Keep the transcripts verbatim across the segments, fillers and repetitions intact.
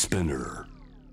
Spinner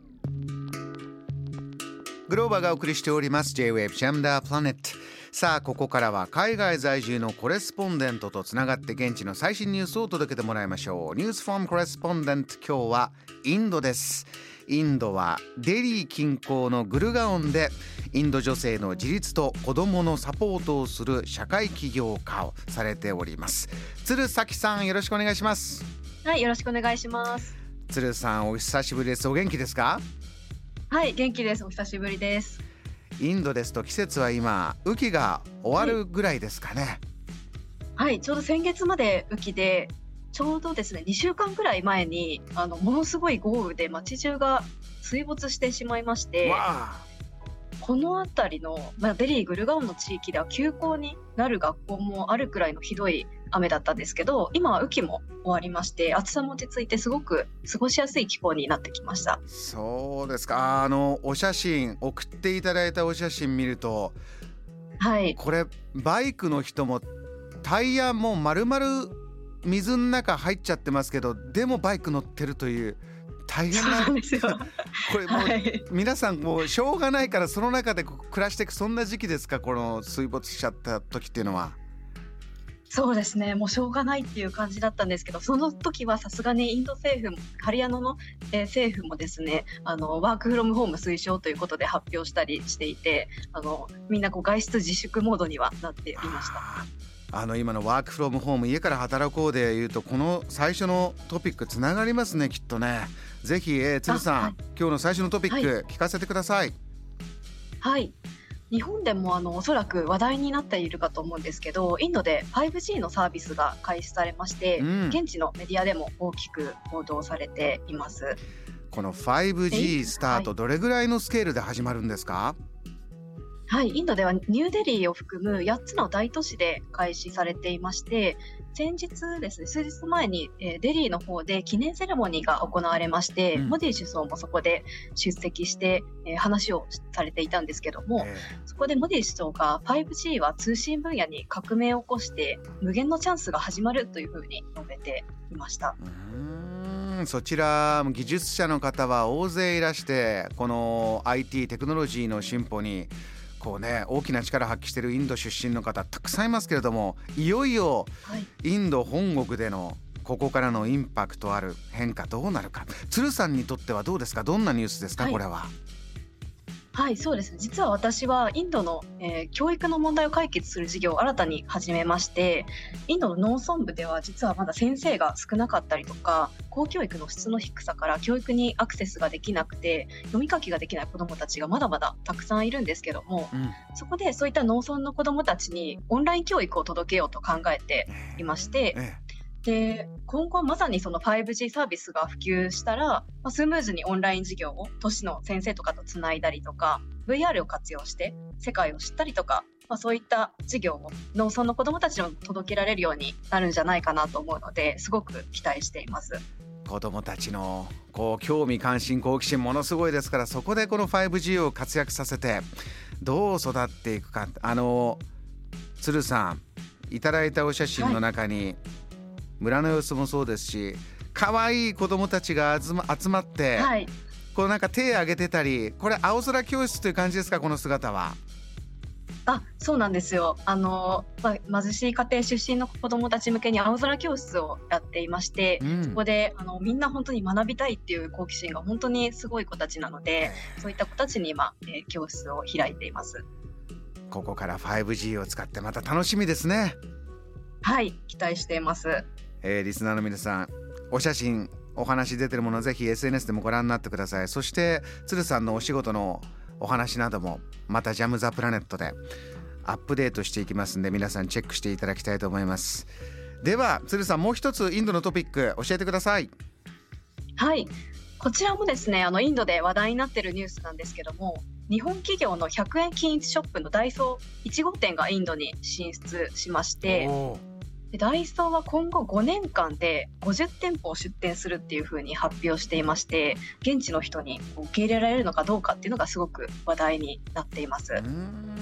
グローバーがお送りしております J-Wave ジャムダープラネット。さあここからは海外在住のコレスポンデントとつながって現地の最新ニュースを届けてもらいましょう。ニュースフォームコレスポンデント、今日はインドです。インドはデリー近郊のグルガオンでインド女性の自立と子どものサポートをする社会起業家をされております。鶴崎さん、よろしくお願いします。 はい、よろしくお願いします。 鶴さん、お久しぶりです。お元気ですか？ はい、元気です。お久しぶりです。 インドですと季節は今雨季が終わるぐらいですかね。 はい、はい、ちょうど先月まで雨季で、ちょうどですねにしゅうかんくらい前にあのものすごい豪雨で街中が水没してしまいまして、この辺りの、まあ、デリー・グルガオンの地域では休校になる学校もあるくらいのひどい雨だったんですけど、今は雨季も終わりまして暑さも落ち着いてすごく過ごしやすい気候になってきました。 そうですか。あのお写真送っていただいたお写真見ると、 はい、 これバイクの人もタイヤも丸々水の中入っちゃってますけど、でもバイク乗ってるという大変な。 そうですよこれもう、はい、皆さんもうしょうがないからその中で暮らしていく、そんな時期ですか？この水没しちゃった時っていうのは。 そうですね、もうしょうがないっていう感じだったんですけど、その時はさすがにインド政府もハリヤナの、えー、政府もですね、あのワークフロムホーム推奨ということで発表したりしていて、あのみんなこう外出自粛モードにはなっていました。 あの今のワークフロムホーム、家から働こうでいうと、この最初のトピックつながりますね、きっとね。ぜひ、えー、鶴さん、はい、今日の最初のトピック、はい、聞かせてください。 はい、日本でもあのおそらく話題になっているかと思うんですけど、インドで ファイブジー のサービスが開始されまして、うん、現地のメディアでも大きく報道されています。 この ファイブジー スタート、どれぐらいのスケールで始まるんですか？ はい、インドではニューデリーを含むやっつの大都市で開始されていまして、先日ですね、数日前に、えー、デリーの方で記念セレモニーが行われまして、うん、モディ首相もそこで出席して、えー、話をされていたんですけども、えー、そこでモディ首相が ファイブジー は通信分野に革命を起こして無限のチャンスが始まるというふうに述べていました。 うーん、そちら技術者の方は大勢いらして、この アイティー テクノロジーの進歩にこうね、大きな力を発揮しているインド出身の方たくさんいますけれども、いよいよインド本国でのここからのインパクトある変化どうなるか。鶴さんにとってはどうですか？どんなニュースですか、はい、これは。 はい、そうですね。実は私はインドの、えー、教育の問題を解決する事業を新たに始めまして、インドの農村部では実はまだ先生が少なかったりとか、公教育の質の低さから教育にアクセスができなくて読み書きができない子どもたちがまだまだたくさんいるんですけども、うん、そこでそういった農村の子どもたちにオンライン教育を届けようと考えていまして、ええで今後まさにその ファイブジー サービスが普及したら、まあ、スムーズにオンライン授業を都市の先生とかとつないだりとか ブイアール を活用して世界を知ったりとか、まあ、そういった授業を農村の子どもたちにも届けられるようになるんじゃないかなと思うので、すごく期待しています。 子どもたちのこう興味関心好奇心ものすごいですから、そこでこの ファイブジー を活躍させてどう育っていくか。あの鶴さん、いただいたお写真の中に、はい、村の様子もそうですし、可愛い子どもたちが集 ま, 集まって、はい、こうなんか手を挙げてたり、これ青空教室という感じですか？この姿は。 あ、そうなんですよ。あの、まあ、貧しい家庭出身の子どもたち向けに青空教室をやっていまして、うん、そこであのみんな本当に学びたいっていう好奇心が本当にすごい子たちなので、そういった子たちに今、えー、教室を開いています。 ここから ファイブジー を使ってまた楽しみですね。 はい、期待しています。 えー、リスナーの皆さん、お写真お話出てるものぜひ エスエヌエス でもご覧になってください。そして鶴さんのお仕事のお話などもまたジャムザプラネットでアップデートしていきますんで、皆さんチェックしていただきたいと思います。では鶴さん、もう一つインドのトピック教えてください。 はい、こちらもですね、あのインドで話題になっているニュースなんですけども、日本企業のひゃくえん均一ショップのダイソーいち号店がインドに進出しまして、でダイソーは今後ごねんかんでごじゅってんぽを出店するっていうふうに発表していまして、現地の人に受け入れられるのかどうかっていうのがすごく話題になっています。 うーん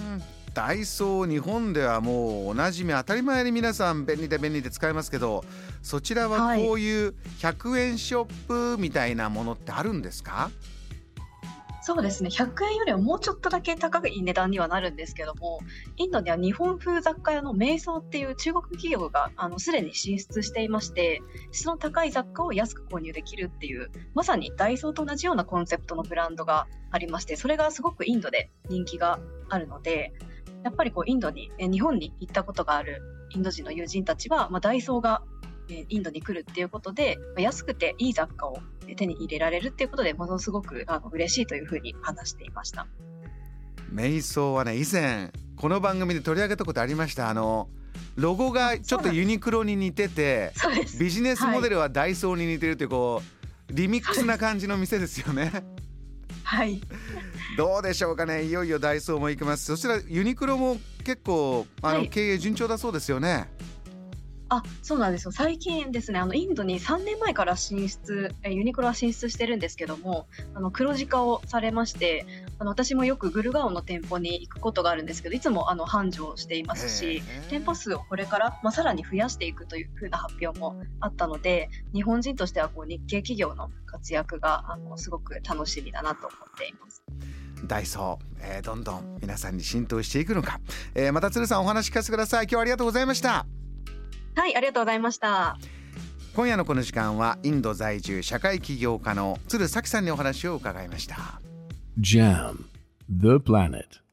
ダイソー、日本ではもうおなじみ、当たり前に皆さん便利で便利で使いますけど、そちらはこういうひゃくえんショップみたいなものってあるんですか？ そうですね、ひゃくえんよりはもうちょっとだけ高い値段にはなるんですけども、インドには日本風雑貨屋のメイソーっていう中国企業があのすでに進出していまして、質の高い雑貨を安く購入できるっていう、まさにダイソーと同じようなコンセプトのブランドがありまして、それがすごくインドで人気があるので、やっぱりこうインドにえ日本に行ったことがあるインド人の友人たちは、まあ、ダイソーがえインドに来るっていうことで、まあ安くていい雑貨をえ手に入れられるっていうことで、ものすごくあの嬉しいというふうに話していました。 メイソーはね、以前この番組で取り上げたことありました。あのロゴがちょっとユニクロに似てて、 そうです。 ビジネスモデルはダイソーに似てるっていう、こうリミックスなそうです。 感じの店ですよね。 はい。 どうでしょうかね。いよいよダイソーも行きます。そしたらユニクロも結構あはい。 の経営順調だそうですよね。 あ、そうなんですよ。最近ですね、あのインドにさんねんまえから進出、えユニクロは進出してるんですけども、あの黒字化をされまして、あの私もよくグルガオンの店舗に行くことがあるんですけど、いつもあの繁盛していますし、店舗へ数をこれから、まあ、さらに増やしていくというふうな発表もあったので、日本人としてはこう日系企業の活躍があのすごく楽しみだなと思っています。 え、ダイソー、えーどんどん皆さんに浸透していくのか、えーまた鶴さんお話聞かせてください。今日はありがとうございました。 はい、ありがとうございました。 今夜のこの時間はインド在住社会起業家の鶴咲さんにお話を伺いました。 ジャム The Planet